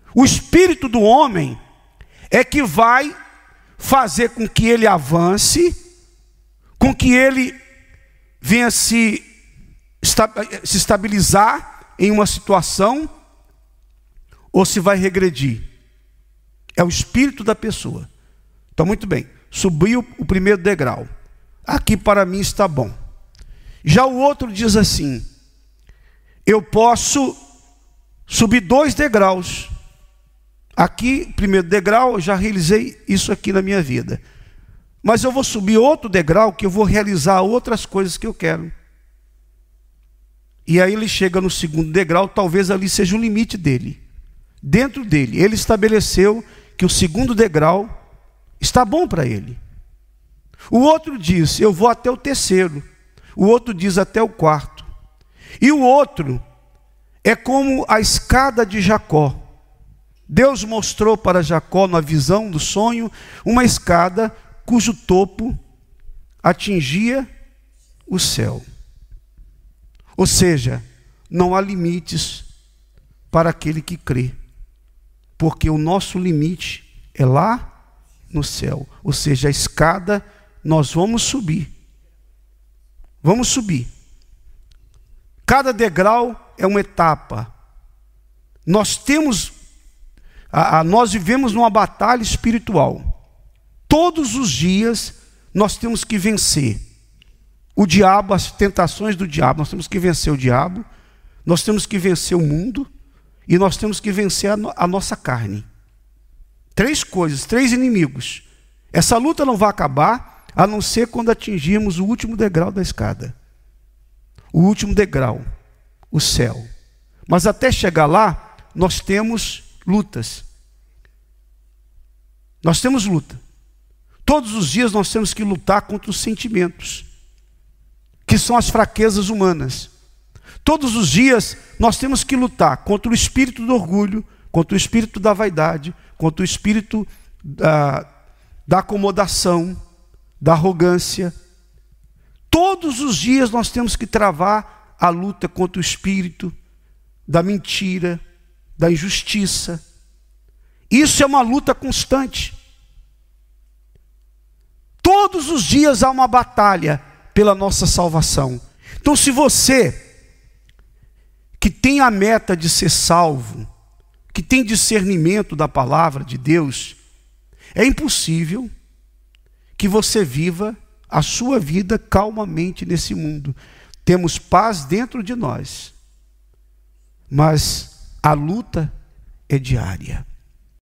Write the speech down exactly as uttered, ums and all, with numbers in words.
O espírito do homem é que vai fazer com que ele avance, com que ele venha se, se estabilizar em uma situação, ou se vai regredir. É o espírito da pessoa. Então, muito bem, subiu o primeiro degrau. Aqui para mim está bom. Já o outro diz assim: eu posso subir dois degraus. Aqui, primeiro degrau, eu já realizei isso aqui na minha vida. Mas eu vou subir outro degrau que eu vou realizar outras coisas que eu quero. E aí ele chega no segundo degrau, talvez ali seja o limite dele. Dentro dele, ele estabeleceu que o segundo degrau está bom para ele. O outro diz: eu vou até o terceiro. O outro diz: até o quarto. E o outro é como a escada de Jacó. Deus mostrou para Jacó, na visão do sonho, uma escada cujo topo atingia o céu. Ou seja, não há limites para aquele que crê, porque o nosso limite é lá no céu. Ou seja, a escada nós vamos subir. Vamos subir. Cada degrau é uma etapa. Nós temos, a, a, nós vivemos numa batalha espiritual. Todos os dias nós temos que vencer o diabo, as tentações do diabo. Nós temos que vencer o diabo, nós temos que vencer o mundo e nós temos que vencer a, no, a nossa carne. Três coisas, três inimigos. Essa luta não vai acabar a não ser quando atingirmos o último degrau da escada. O último degrau, o céu. Mas até chegar lá, nós temos lutas. Nós temos luta. Todos os dias nós temos que lutar contra os sentimentos, que são as fraquezas humanas. Todos os dias nós temos que lutar contra o espírito do orgulho, contra o espírito da vaidade, contra o espírito da, da acomodação, da arrogância. Todos os dias nós temos que travar a luta contra o espírito da mentira, da injustiça. Isso é uma luta constante. Todos os dias há uma batalha pela nossa salvação. Então, se você que tem a meta de ser salvo, que tem discernimento da palavra de Deus, é impossível que você viva a sua vida calmamente nesse mundo. Temos paz dentro de nós, mas a luta é diária.